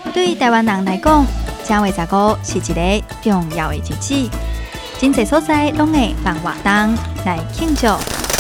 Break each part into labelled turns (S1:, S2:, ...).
S1: 对台湾人来讲，正月15是一个重要的日子，真侪所在拢会放活动来庆祝。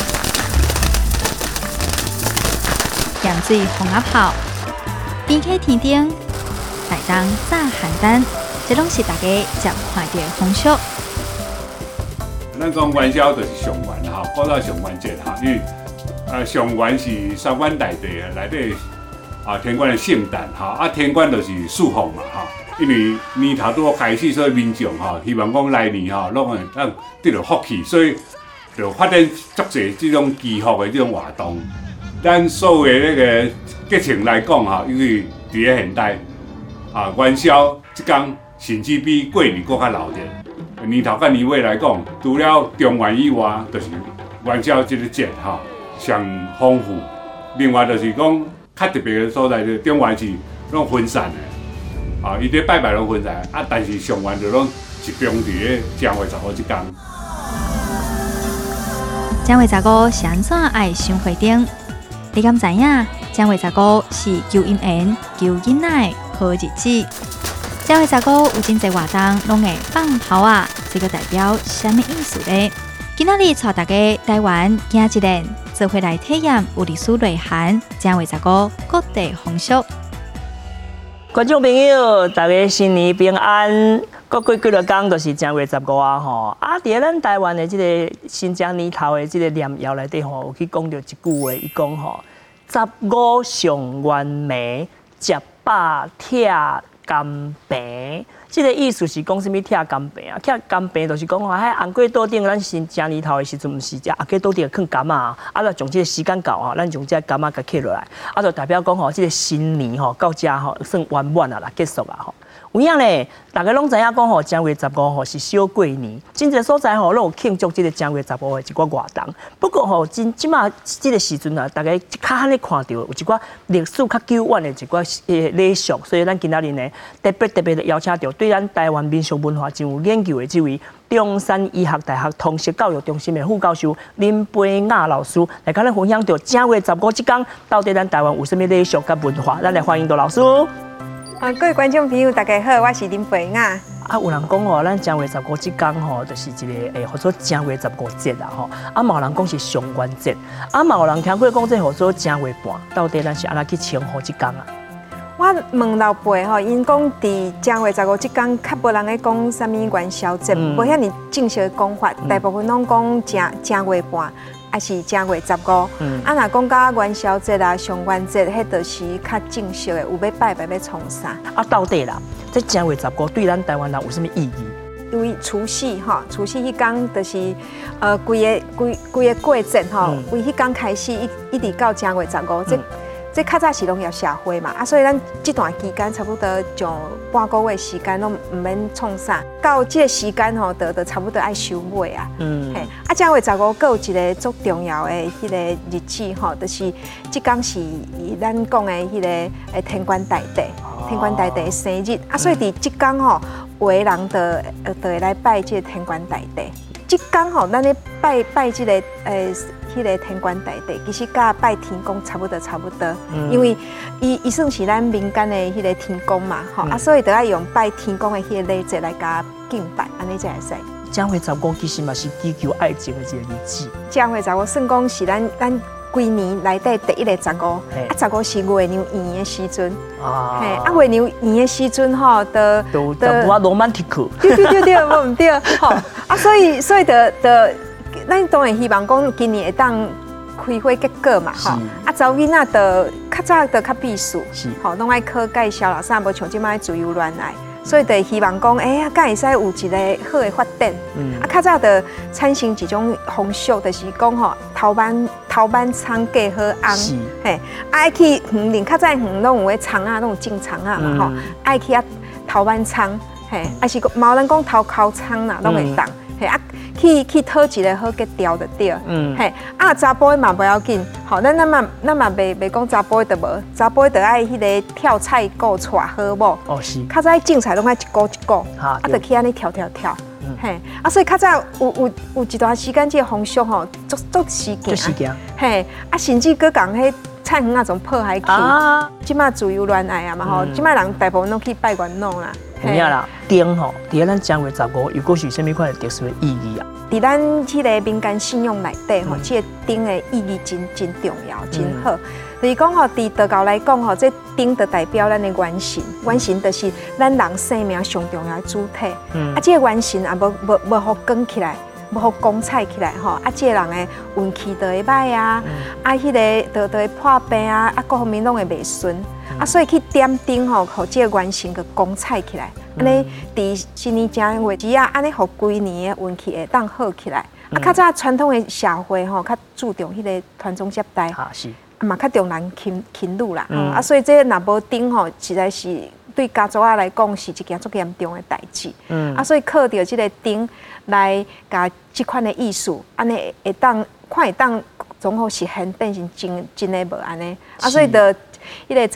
S1: 盐水风鸭炮、边溪天顶、台东炸邯郸，这拢是大家常看到的风俗。
S2: 咱讲元宵就是上元哈，古早上元节哈，因为上元是三官内底内底天官的圣诞哈，天官就是四方嘛哈。因为年头拄好开始，所以民众希望讲来年拢会当得到福气，所以就发展足侪这种祈福的这种活动。咱所有的那个节庆来讲因为伫个现代元宵这天甚至比过年更较热烈。年头甲年尾来讲，除了中元以外，就是元宵这个节上丰富。另外就是讲较特别的所在，就中元是拢分散的，伊伫拜拜拢分散，但是上元就拢集中伫个正月15这天。
S1: 正月15是安怎爱想花灯？你敢知影？正月15是求姻缘、求囡仔的好日子。正月15有真侪活动拢会放炮啊，这个代表什么意思呢？今仔日带大家台湾行一轮，做伙来体验有历史内涵正月15各地风俗。
S3: 观众朋友，大家新年平安！过几日讲就是正月15啊吼。伫咱台湾的这个新正年头的这个念谣内底吼，有去讲到一句话，伊讲吼，15上元暝，18拆甘平。这个意思是讲什么？拆甘平啊，拆甘平就是讲吼，迄红粿桌顶，咱新正年头的时阵，毋是只红粿桌顶放甘啊，就从这个时间到咱从这个甘啊甲揢落来，就代表讲吼，这个新年吼到这吼算圆满啊啦，结束啊吼。有影咧，大家拢知影讲吼，正月15吼是小过年，真侪所在吼拢有庆祝这个正月15的一寡活动。不过吼，即马这个时阵啊，大家较罕咧看到有一寡历史较久远的一寡礼俗，所以咱今仔日呢特别的邀请到对咱台湾民俗文化真有研究的这位中山医学大学通识教育中心的副教授林培雅老师来跟咱分享到正月15这天到底咱台湾有啥物礼俗甲文化，咱来欢迎到老师。
S4: 各位观众朋友，大家好，我是林培雅。
S3: 有人讲吼，咱正月15这天吼，就是一个或者正月15节啦吼。嘛有人讲是上元节，嘛有人听过讲这叫做正月半，到底咱是安怎去称呼这天啊？
S4: 我问老辈吼，因讲伫正月15这天，较无人咧讲啥物元宵节，无遐尼正式的讲法，大部分拢讲正月半。还是正月15，若讲到元宵节啦、上元节，迄就是较正式的，有要拜拜要创啥。
S3: 到底啦，这正月15对咱台湾人有啥物意义？
S4: 因为除夕除夕迄天就是规个过节为迄天开始一直到正月15，这较早是农业社会嘛，所以咱这段期间差不多就半个月时间拢唔免创啥，到这个时间就差不多爱收尾啊。正月15还有一个足重要的迄个日子就是这天是咱讲的迄个天官大帝，天官大帝的生日所以伫这天有的人就会来拜这个天官大帝。这天咱咧拜这个迄个天官大帝，其实甲拜天公差不多，因为伊算是咱民间的迄个天公嘛，所以就爱用拜天公的迄个礼节来甲敬拜，安尼才会使。
S3: 正月15其实嘛是祈求爱情的一个日子。
S4: 正月15算讲是咱规年内底第一个15是月娘圆的时阵，月娘圆的时阵
S3: 都无罗曼蒂克。
S4: 对，无唔对，所以咱当然希望讲今年会当开花结果嘛，查某囡仔就较早就较避暑，拢爱考介绍啦，啥无像即摆自由恋爱，所以就希望讲，敢会使有一个好的发展。较早就产生一种风俗，就是讲头班仓嫁好翁，爱去园林，较早园拢有迄仓啊，拢有种仓啊嘛，爱去头班仓，还是冇人讲头靠仓啦，拢会当，去讨一个好结条就对。查甫的嘛不要紧，咱嘛袂讲查甫的就无，查甫的就爱迄个跳菜鼓带好无？
S3: 是。
S4: 较早种菜拢爱一股一股，就去安尼跳。所以较早有一段时间，这个风俗足时行。甚至佫讲迄菜园啊，从破坏去。即马自由恋爱啊嘛吼，即马人大部分拢去拜月老啦。
S3: 有影啦，灯吼，伫咱正月15，又果是啥物款的特殊的意义啊？
S4: 伫咱迄个民间信仰内底吼，即个灯的意义真重要，真好。就是讲吼，伫道教来讲吼，这灯就代表咱的元神，元神就是咱人生命上重要的主体。啊，这个元神也无好光起来。无好光彩起来吼，啊，即个人的运气就会歹啊，啊，迄个就会破病啊，啊，各方面拢会袂顺，啊，所以去点灯吼，互即个元神个光彩起来，安尼伫新年正月时啊，安尼互规年的运气会当好起来。啊，较早传统的社会吼，较注重迄个传宗接代，
S3: 是，
S4: 嘛较重男轻女啦，啊，所以这若无灯吼，实在是对家族仔来讲是一件足严重的代志。啊，所以靠着即个灯来甲即款的艺术，安尼会当看会当总好实现变成真的无安尼。啊，所以就迄个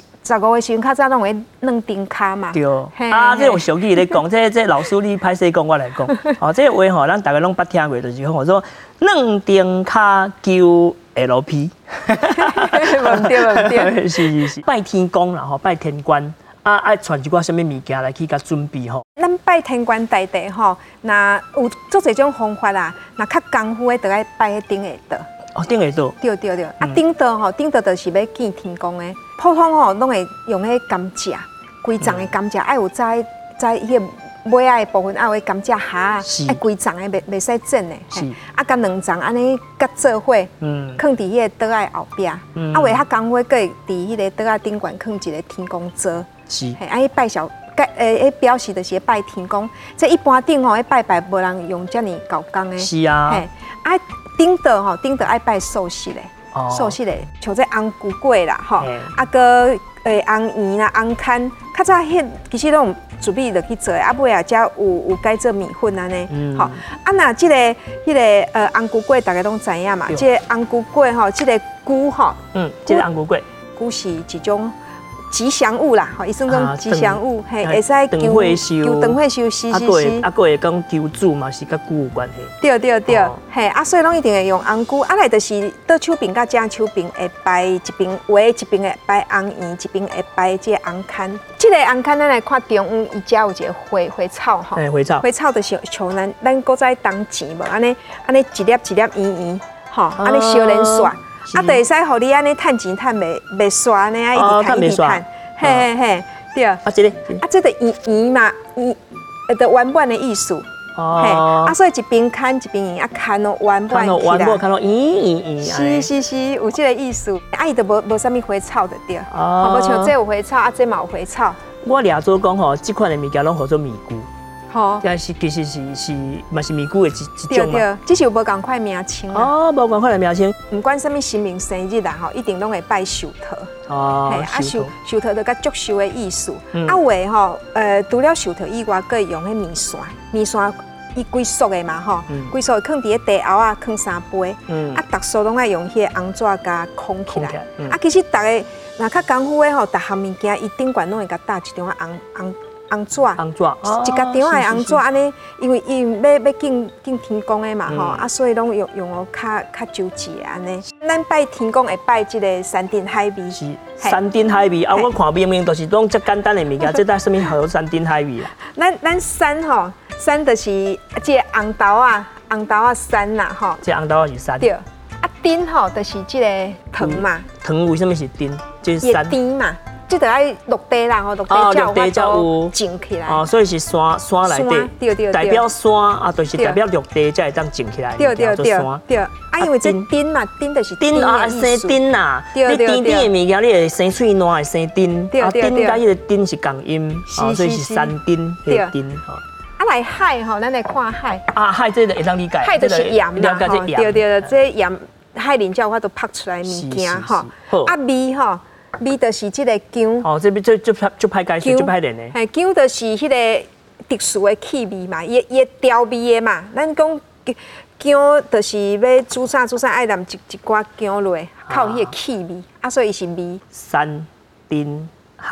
S4: 15岁较早拢会弄灯卡嘛。
S3: 对。啊，这用俗语咧讲，这老师你歹势讲，我来讲。哦，这话吼，咱大家拢捌听过，就是讲我说弄灯卡求 LP。
S4: 无对。
S3: 是。拜天公啦吼，拜天官。爱传一寡什么物件来去甲准备吼？
S4: 咱拜天官大帝吼，那有足侪种方法啦。那较功夫的，就爱拜迄顶下道。
S3: 哦，顶下道。
S4: 对。啊，顶道吼，顶道就是要见天公的。普通吼，拢会用迄甘蔗，规丛的甘蔗，爱有在迄个尾仔的部分，爱有甘蔗虾，爱规丛的，袂使整的。是。啊，甲两丛安尼甲做伙，放伫迄个刀仔后壁。啊，为较功夫，佫会伫迄个刀仔顶悬放一个天公座。是，嘿，拜小，表示就是拜天公。这一般顶吼，拜无人用遮尔搞工的。
S3: 是啊。
S4: 嘿，啊，顶道吼，顶道爱拜寿司嘞，寿司嘞，像这红菇粿啦，吼，啊个红圆啦、红牵，较早迄其实拢准备落去做，啊尾啊，才有改做米粉安尼，吼。啊，那即个迄个红菇粿，大家拢知影嘛，即个红菇粿吼，即个菇吼，
S3: 即个红菇粿，
S4: 菇是一种。吉祥物啦，吼，伊算种吉祥物，嘿，会使求长岁寿，是。
S3: 啊，个会讲求子嘛，是甲菇有关系。
S4: 对，嘿，啊，所以拢一定会用红菇，啊来就是倒手边甲正手边会摆一边围，一边会摆红圆，一边会摆这红牵。这个红牵咱来看中央，伊遮有一个花草吼，花草就是像咱古早当钱无，安尼一粒一粒圆，吼，安尼小连线。啊，就会使互你安尼趁钱趁袂煞安尼啊，一直趁，嘿，对。啊，
S3: 这个，
S4: 啊，这个圆嘛，就圆满的意思。嘿，啊，所以一边牵一边圆，啊，牵到圆满起来。
S3: 看到圆。
S4: 是，有这个意思。啊，伊就无啥物花草就对。无像这有花草，啊，这嘛有花草。
S3: 我俩做讲吼，这款的物件拢叫做米菇。
S4: 好，
S3: 但是其实是嘛是米菇的一种嘛。
S4: 对，只是有无共款名称
S3: 哦，无共款的名称。
S4: 不管什么神明生日啦，吼，一定拢会拜寿桃。哦，啊寿桃就甲祝寿的意思。啊，为吼，除了寿桃以外，佫会用迄面线伊几束的嘛吼，几束放伫个地后啊，放3杯。啊，逐束拢爱用迄个红纸甲框起来。啊，其实逐个若较功夫的吼，逐项物件伊顶悬拢会甲搭一张红纸，一家张的红纸安尼，因为要敬天公的嘛吼，啊，所以拢用较周至安尼。咱拜天公会拜即个山珍海味。
S3: 是山珍海味啊！我看明明都是拢遮简单的物件，这带什么好山珍海味啊？
S4: 咱山吼，山就是即个红豆啊山啦吼。
S3: 这红豆啊是山。
S4: 对，啊丁吼就是即个糖嘛。
S3: 糖为什么是丁？就是山。
S4: 丁嘛。即就爱落地啦，吼，落地才有种起来。
S3: 哦，所以是山内底，
S4: 对，
S3: 代表山啊，就是代表落地才会当种起来。
S4: 对，啊，因为这丁嘛，丁就是
S3: 丁啊，生丁啦。你甜的物件，你会生喙烂，会生丁。啊，丁甲迄个丁是共音，所以是山丁迄丁。
S4: 啊，来海吼，咱来看海。
S3: 啊，海这个会当理解。
S4: 海就是盐啦，对，这盐海鳞才有法度拍出来物件吼。啊，味吼。味就是即个姜，
S3: 哦，这边就歹解释，就歹练的。
S4: 嘿，姜就是迄个特殊的气味嘛，伊调味的嘛。咱讲姜就是要煮啥，爱淋一寡姜落，靠迄个气味，啊，所以伊是味。
S3: 山、丁、海、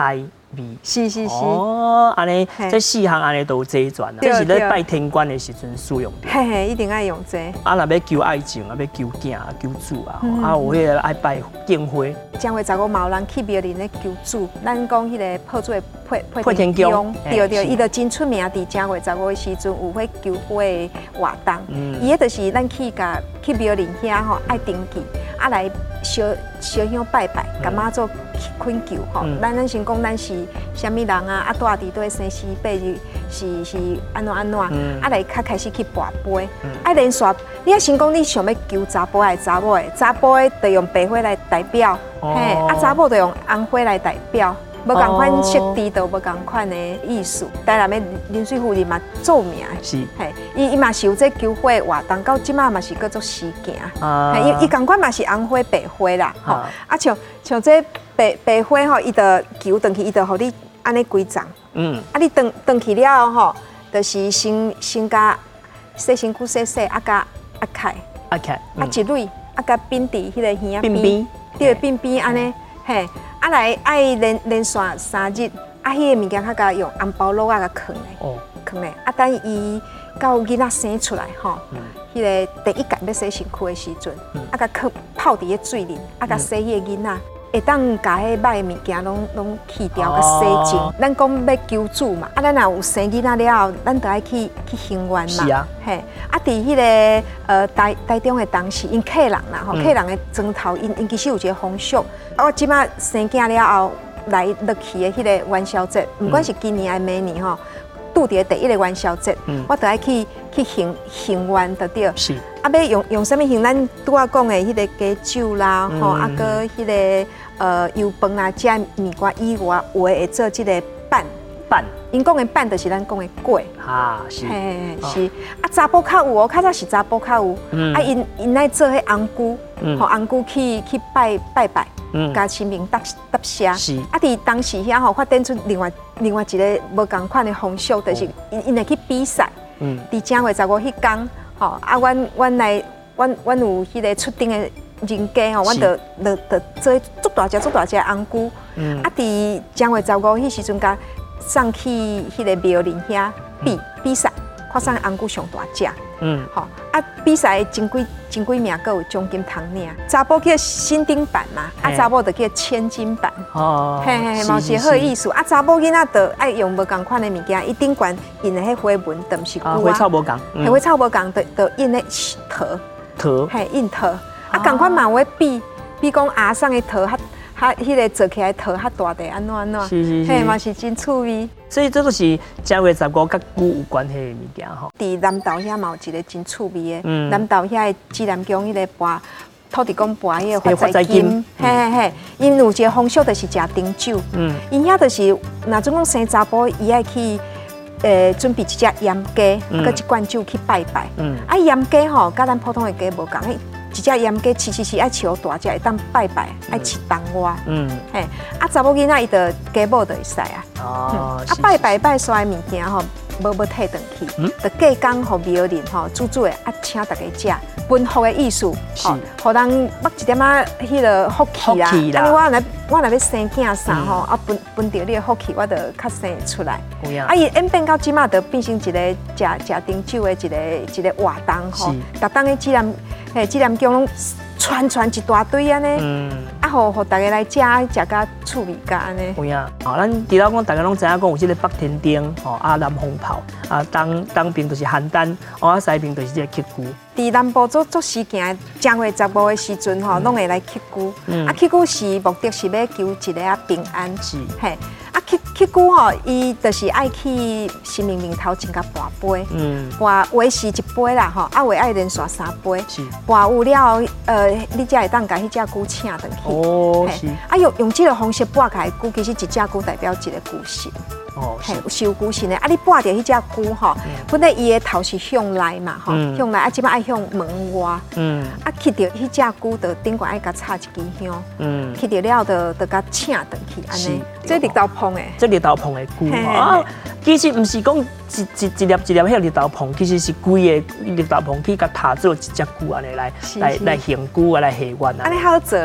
S3: 味。
S4: 是。
S3: 哦，安尼这4项安尼都有这转啊，这是咧拜天官的时阵使用的。
S4: 嘿，一定爱用这。
S3: 啊，若要求爱情啊，要求囝啊，求主啊，啊有迄个爱拜敬花。
S4: 正月15嘛有人去庙里咧求主，咱讲迄个破水
S3: 破天宫，
S4: 对，伊就真出名。伫正月15的时阵有迄求花的活动，伊迄就是咱去庙里遐吼爱登记，啊来烧香拜拜，甲妈祖恳求吼。咱先讲咱是虾米人啊，啊住伫对生时辈是安怎，啊来较开始去跋杯，啊连续你啊先讲你想要求查甫还是查某的，查甫的就用白花来代表，嘿，啊查某就用红花来代表。无共款色地，都无共款的意思。台南的林水夫人嘛著名，
S3: 是，
S4: 嘿，伊嘛是有这求花活动，到即马嘛是叫做实行。伊共款嘛是红花白花啦，吼。啊像这白花吼，伊就求转去，伊就互你安尼规丛。啊你转去了吼，就是先加洗身躯洗，啊加开，啊一蕊，啊加并伫迄个耳仔边，对，并边安尼，嘿。啊来爱连续3日，啊迄个物件较甲用红包烙啊甲藏咧，啊等伊到囡仔生出来吼，迄个第一间要洗身躯的时阵，啊甲泡伫个水里，啊甲洗迄个囡仔，会当甲迄歹物件拢去掉，甲洗净。咱讲要求主嘛，啊咱若有生囡仔了后，咱就爱去行愿嘛。
S3: 是啊，
S4: 嘿，啊伫迄个台中的当时，因客人啦吼，客人的庄头，因其实有一个风俗。我即马生囝了后来落去的迄个元宵节，不管是今年还是明年吼，拄伫第一个元宵节，我就爱去行愿就对。
S3: 是。
S4: 啊，要用啥物行？咱拄仔讲的迄个加酒啦，吼，啊个迄个油饭啦，这物件以外，有的会做即个板。因讲的板就是咱讲的粿。
S3: 啊，是。
S4: 是。啊，查甫较有哦，较早是查甫较有。啊，因爱做迄红菇，吼红菇去拜。加神明搭写，
S3: 是
S4: 啊！伫当时遐吼发展出另外一个无共款的风俗，就是因会去比赛。伫正月15迄天，吼啊，阮有迄个出丁的人家吼，阮就做足大只红菇。啊！伫正月15迄时阵，甲送去迄个庙林遐比赛，看啥红菇上大只。吼啊！比赛前几名，阁有奖金通领。查甫叫新丁版嘛，啊查某就叫千金版。哦，嘿，嘛是好意思。啊查某囡仔就爱用无共款的物件，伊顶悬印的迄花纹，就毋是旧啊。
S3: 花草无共，
S4: 花草无共，就印咧桃。嘿，印桃。啊，共款嘛有比讲阿送的桃迄个做起来桃较大地，安怎？
S3: 是。
S4: 嘿，嘛是真趣味。
S3: 所以这都是正月15甲久有关系的物件吼。
S4: 伫南投遐嘛有一个真趣味的，南投遐的指南宫迄个跋土地公跋迄个发财金，嘿，因有一个风俗就是食丁酒，因遐就是若总讲生查甫，伊爱去准备一只盐鸡，搁一罐酒去拜拜。啊盐鸡吼，甲咱普通的鸡无共，一只盐鸡饲爱饲大只，会当拜拜，爱饲冬瓜。嘿，啊查某囡仔伊就鸡母就会使啊。啊拜煞的物件吼，无摕转去，就过工互庙里吼煮的，啊请大家食，分福的意思，吼，互人擘一点仔迄个福气啦。啊，我若要生囝啥吼，啊分着你的福气，我就较生出来。啊，伊演变到即马就变成一个食丁酒的一个活动吼，逐当的指南宫拢串一大堆安尼，啊，互大家来食甲趣味甲安尼。
S3: 有影，吼，咱除了讲大家拢知影讲有即个北天灯，吼，啊南风炮，啊东边就是邯郸，啊西边就是即个乞龟。
S4: 伫南部做时行，正月15的时阵吼，拢会来乞龟。啊，乞龟是目的是要求一个平安。是，嘿，啊乞龟吼，伊就是爱去神明面头前甲跋杯。跋话是一杯啦吼，啊话爱连续3杯。是，跋有了你才会当甲迄只龟请转去。哦，是。啊用这个方式跋开龟，其实一只龟代表一个故事。哦，是有龟神的。啊，你跋着迄只龟吼，本来伊的头是向内嘛吼，向内啊，即摆爱向门外。啊，去着迄只龟，就顶悬爱甲插一支香。去着了，就甲请转去安尼。这绿豆碰的，
S3: 这绿豆碰的龟啊，其实毋是讲一粒迄个绿豆碰，其实是规个绿豆碰去甲塔做一只龟安尼来行龟啊，来下愿啊。
S4: 安尼好做啦。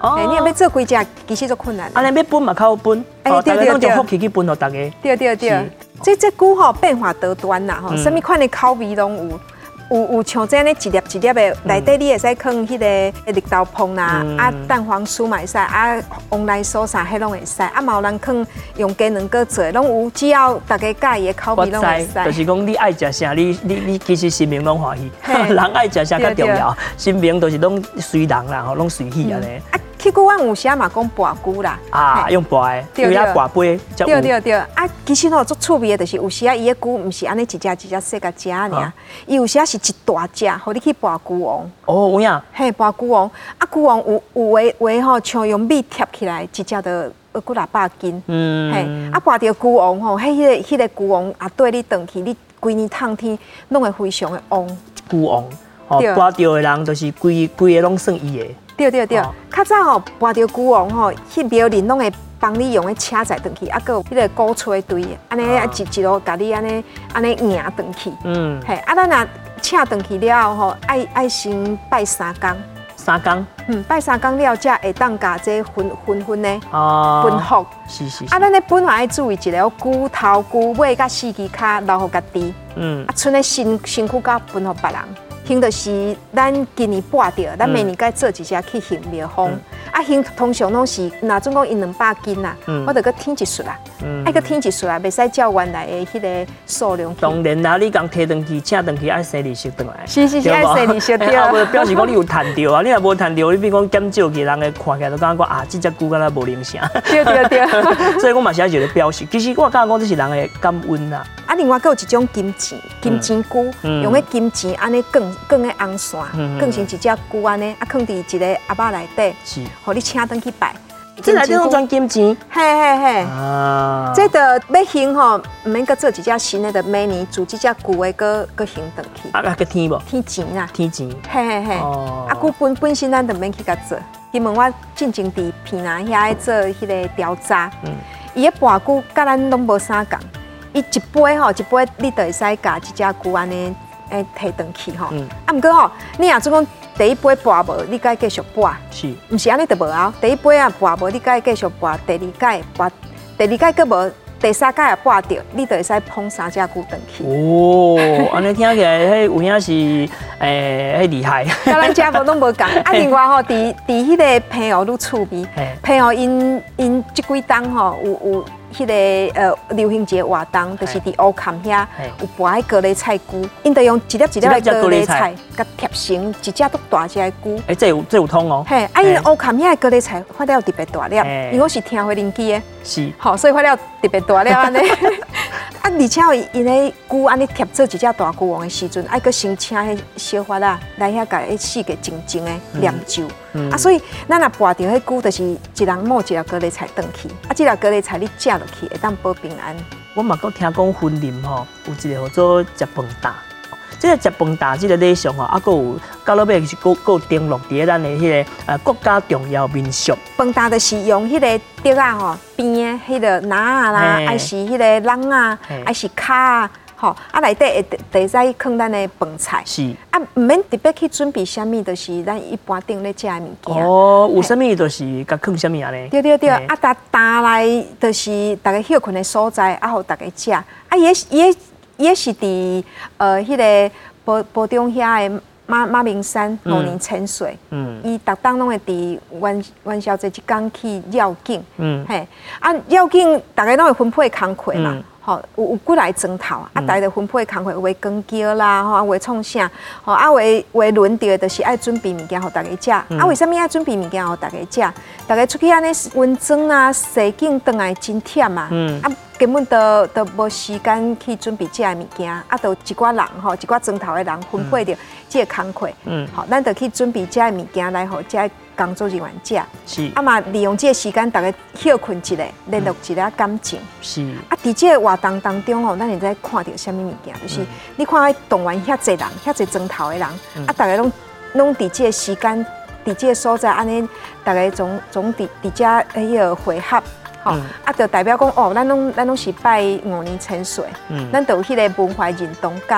S4: 你若要做几只，其实足困难。
S3: 安尼要分嘛较好分，大家拢用福气去分互大家。
S4: 对。这久吼变化多端啦吼，什么款的口味拢有。有像这样的一粒一粒的，内底你会使放迄个绿豆椪啦，蛋黄酥嘛会使，旺来酥啥迄拢会使，嘛有人放用鸡卵糕做，拢有，只要大家介意的口味拢会使。
S3: 就是讲你爱食啥，你其实心明拢欢喜，人爱食啥较重要，心明就是拢随人啦，吼，拢随喜安尼。
S4: 去古阮有时嘛讲拔菇啦，
S3: 用拔的，有遐拔杯，
S4: 对。其实吼足趣味的，就是有时伊的菇毋是安尼一只细甲食尔，伊有时是一大只，互你去拔菇王。
S3: 哦，有影。
S4: 嘿，拔菇王，菇王有话吼，像用米贴起来，一只就过600斤。嘿，拔着菇王吼，迄个菇王对你转去，你规年冬天拢会非常的旺。
S3: 菇王，哦，拔着的人就是规个拢算伊的。
S4: 对，较早吼拔着菇王吼，迄庙里拢会帮你用个车载转去，还有迄个鼓吹队，安尼一路甲你安尼赢转去。嘿，咱若请转去了后吼，爱先拜3工。
S3: 3工？
S4: 拜3工了，才会当甲这分的分福。
S3: 是。
S4: 咱咧本来爱注意一个菇头、菇尾甲4支骹留互家己。剩咧身躯甲分互别人。行就是咱今年拔掉，咱明年该做一只去行庙方。行通常拢是，若总共因200斤啦，我得搁添一束啦，爱搁添一束啦，袂使照原来的迄个数量。
S3: 当然啦，你讲摕转去，请转去爱生利息转来。
S4: 是，爱生利息对。
S3: 无表示讲你有赚到啊，你若无赚到，你比如讲减少去，人个看起来都感觉这只菇敢若无灵性。对。所以我嘛是爱一个表示，其实我感觉讲这是人的感恩啦。
S4: 另外还有一种金钱菇，用迄金钱安尼卷个红线，卷成一只菇安尼，放伫一个盒仔内底，是，互你请转去拜。
S3: 这内底拢装金钱。
S4: 嘿。这个要行吼，唔免搁做一只新的，就明年煮一只旧的，搁行转去。
S3: 搁添无？
S4: 添钱啦。
S3: 添钱。
S4: 嘿。菇本身咱就免去甲做。伊问我进前伫片南遐爱做迄个调查，伊个拔菇甲咱拢无啥共。伊一杯你就会使甲一只菇安尼摕转去吼。毋过吼，你若总讲第一杯拔无，你该继续拔。是。毋是安尼就无啊？第一杯拔无，你该继续拔。第二届拔，第二届佫无，第3届也拔着，你就会使捧3只菇转去。
S3: 哦，安尼听起来，迄有影是迄厉害。
S4: 甲咱家无拢无共。另外吼，伫迄个平湖愈趣味。平湖因即几冬吼有。迄个流行一个活动，就是伫乌坎遐有拔迄高丽菜菇，因就用一粒一粒的高丽菜，甲贴成一只都大只的菇。
S3: 这有通哦。
S4: 嘿，因乌坎遐的高丽菜发了特别大粒，因为我是听回邻居的，
S3: 是，
S4: 好，所以发了特别大粒安尼。而且因个菇安尼贴做一只大菇王的时阵，爱搁先请迄小发啦来遐甲迄4个静静的念咒。所以咱若拔掉迄菇，就是一人摸一粒高丽菜转去，这粒高丽菜你食落去会当保平安。
S3: 我嘛搁听讲婚林吼，有一个叫做食饭大，这个食饭大这个礼俗吼，搁有到落尾是搁有登录伫咱的迄个国家重要民俗。
S4: 饭大就是用迄个竹啊吼边的迄个篮啊啦，还是迄个笼啊，还是卡啊。吼，内底会使放咱的饭菜，是毋免特别去准备啥物，就是咱一般顶咧食的物件。
S3: 哦，有啥物就是甲放啥物安尼。
S4: 对，搭来就是大家休困的所在，互大家食。也是伫迄个埔中遐的马明山5年潜水，伊逐当拢会伫元宵节一天去绕境，嘿，绕境大家拢会分配工课嘛。吼，有几来砖头，大家就分配工课，画光桥啦，吼，画创啥，吼，画轮着就是爱准备物件，互大家食。为什么爱准备物件，互大家食？大家出去安尼温泉啊、西景倒来真忝嘛，根本都无时间去准备这些物件，都一寡人吼，一寡砖头的人分配着这个工课，好，咱就去准备这些物件来互这工作人员食。是。嘛，利用这个时间，大家休困一下，联络一下感情。是。伫这个活动当中哦，咱会在看到什么物件？就是你看迄动员遐侪人，遐侪砖头的人，大家拢伫这个时间，伫这个所在，安尼大家总伫这迄个会合。吼，就代表讲哦，咱拢是拜5年潜水，咱就有迄个文化认同感。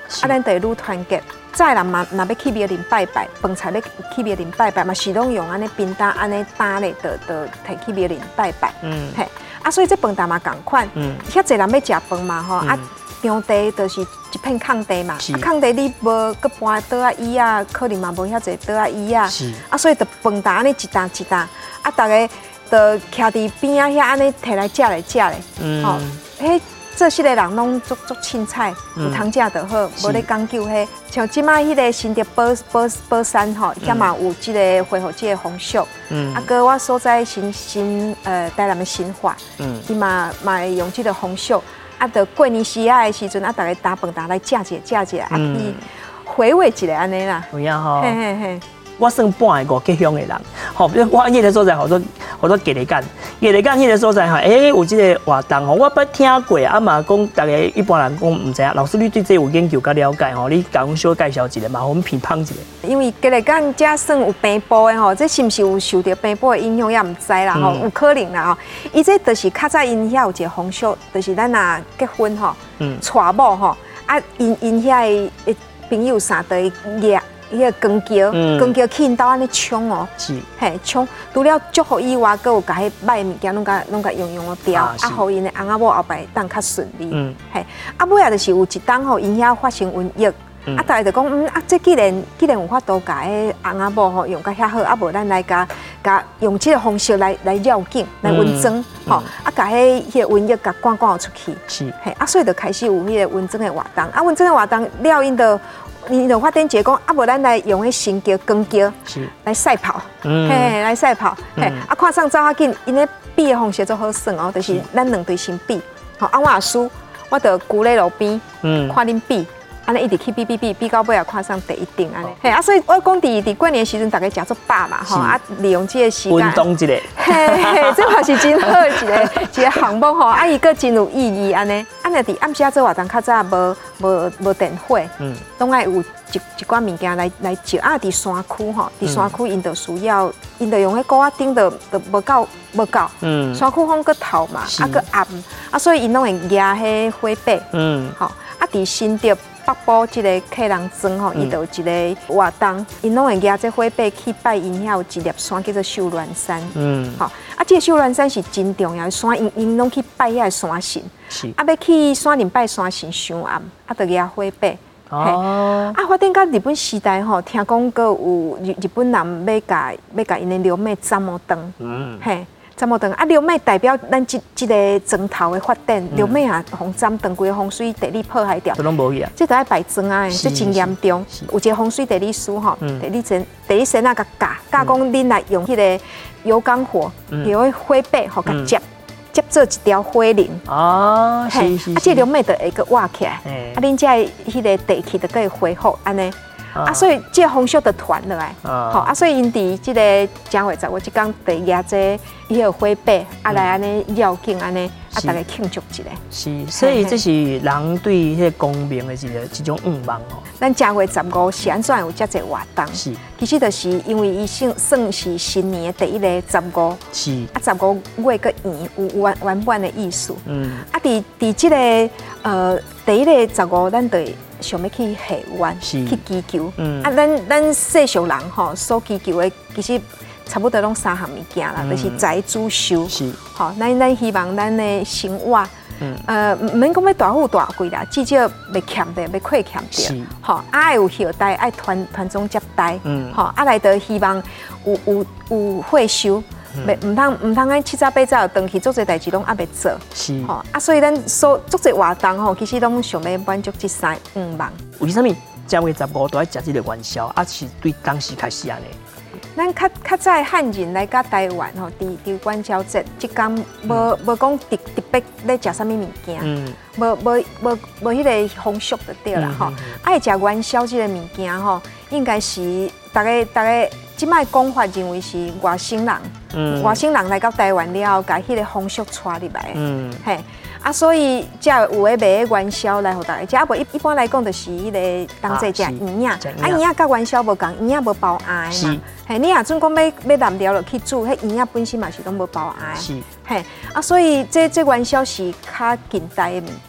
S4: 咱就会愈团结。再人嘛，若要去庙林拜拜，饭菜要去庙林拜拜嘛，是拢用安尼冰担安尼担咧，就摕去庙林拜拜。嘿，所以这饭担嘛共款。遐侪人要食饭嘛吼，场地就是一片空地嘛，空地你无搁搬桌仔椅啊，可能嘛无遐侪桌仔椅啊。所以就饭担安尼一担一担，大家就徛伫边仔遐安尼摕来食咧。吼，迄。这些个人拢足凊彩，有通食就好，无咧讲究迄。像即摆迄个新竹宝山吼，遐嘛有即个恢复即个风俗。搁我所在台南的新化，伊嘛会用即个风俗。就过年时啊的时阵，大家打饭来食一下，去回味一下安尼啦。
S3: 有影吼。嘿。我算半个五吉乡的人，吼，比如我迄个所在好多鸡日干迄个所在吼，有即个活动吼，我捌听过，嘛讲大家一般人讲唔知啊，老师你对这有研究甲了解吼，你甲阮小介绍一下嘛，我们评判一下。
S4: 因为鸡日干遮算有病步的吼，这是毋是有受到病步的影响也唔知啦吼，有可能啦吼。伊这就是较早因遐有一个风俗，就是咱若结婚吼，娶某吼，因遐的朋友啥的约。迄个光桥去因兜安尼冲哦，嘿冲，除了祝福以外，佮有甲迄歹物件拢甲用了掉，互因的翁仔某后摆当较顺利。嘿，尾啊就是有一当吼，因遐发生瘟疫，大家就讲这既然有法度甲迄翁仔某吼用甲遐好，无咱来甲用这个方式来绕境来温装，吼，甲迄个瘟疫甲赶出去。是，嘿，所以就开始有迄个温装的活动，温装的活动了因就。你就发展一个讲，无咱来用迄新桥、光桥来赛跑，嘿，来赛跑，嘿，看上走较紧，因咧比的方式做好耍哦，就是咱两队先比，吼，我也输，我就徛咧路边，看恁比，安尼一直去比到尾也看上第一等安尼，嘿，所以我讲伫过年时阵，大家食足饱嘛，吼，利用这个时间
S3: 运动一下，
S4: 嘿，这嘛是真好一个项目吼，伊个真有意义安尼，若伫暗时做活动较早无电火，拢爱有一寡物件来照。伫山区吼，伫山区因就需要，因就用迄锅仔顶就无够，山区风搁透嘛，搁暗，所以因拢会压迄火把，吼，伫新竹北部即个客人庄吼，伊就有一个活动，因拢会压这火把去拜因遐有一粒山叫做秀峦山，吼，这个秀峦山是真重要的山，因拢去拜遐山神，要去山林拜山神上暗，就压火把。发展到日本时代吼，听讲阁有日本人要甲因的龙妹斩毛灯，嘿，斩毛灯龙妹代表咱即个庄头的发展，龙妹啊，红斩断规个风水地理破坏掉，
S3: 这拢无去啊，
S4: 这都要摆庄啊，这真严重。有一个风水地理师吼，地理师那甲教讲恁来用迄个油缸火，用迄火把吼甲接做一条火灵
S3: 哦，是，
S4: 这龙妹就会个挖起来，恁这迄个地气就可以恢复安尼，所以这风俗就传落来，好所以因伫这个正月10月即天就压这迄个火把，来安尼绕境安尼，大家庆祝一下。
S3: 是，所以这是人对迄个公明的一种愿望哦。
S4: 咱正月15是安怎有遮济活动？是，其实就是因为伊算是新年的第一个15，是15月个圆有圆满的意思。伫即个第一个15，咱就想要去下愿，去祈求。咱世俗人吼所祈求的，其实差不多拢3项物件啦，就是财主寿。是，吼，咱希望咱的生活。唔免讲要大富大贵啦，至少袂欠的，袂亏欠的，吼，爱有后代，爱传宗接代，吼，来就希望有会收，唔通安七早八早回去做这代志拢还袂做，是，吼，所以咱所做这活动吼，其实拢想要满足这3个愿望。
S3: 为什么正月15都爱食这个元宵？是对当时开始安尼？
S4: 咱较早汉人来到台湾吼，伫元宵节即天无讲特别咧食啥物物件，无迄个风俗就对啦吼。爱食元宵即个物件吼，应该是大家即摆讲法认为是外省人来到台湾了后，甲迄个风俗带入来，嘿。所以才有诶卖元宵来互大家食，无一般来讲就是迄个当做食圆仔，圆仔甲元宵无共，圆仔无包瓚诶嘛。嘿，你若准讲要南寮落去煮，迄圆仔本身嘛是拢无包瓚。是，嘿，所以这元宵是较近代诶物件。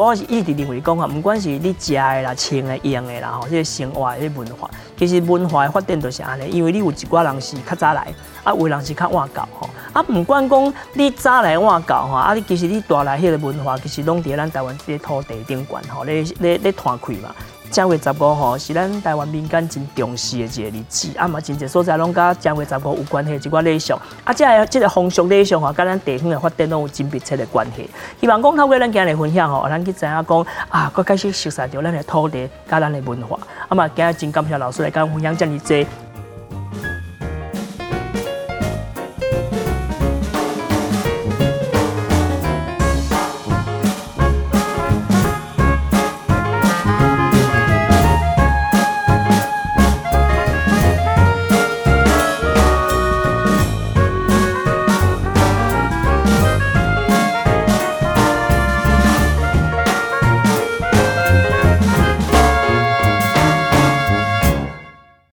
S3: 我是一直认为讲啊，不管是你食的啦、穿的、用的啦，吼，这个生活的文化，其实文化的发展就是安尼，因为你有一寡人是较早来，啊，有的人是较晚到吼，啊，不管讲你早来晚到吼，啊，其实你大来迄个文化，其实拢伫咱台湾这个土地顶悬吼，咧摊开嘛。正月15吼是咱台湾民间真重视的一个日子，啊嘛真侪所在拢甲正月15有关系一寡礼俗，啊这个风俗礼俗吼，甲咱地方的发展拢有真密切的关系。希望讲透过咱今日分享吼，咱去知影讲啊，佫开始熟悉到咱的土地甲咱的文化，啊嘛今日真感谢老师来甲我分享遮尔济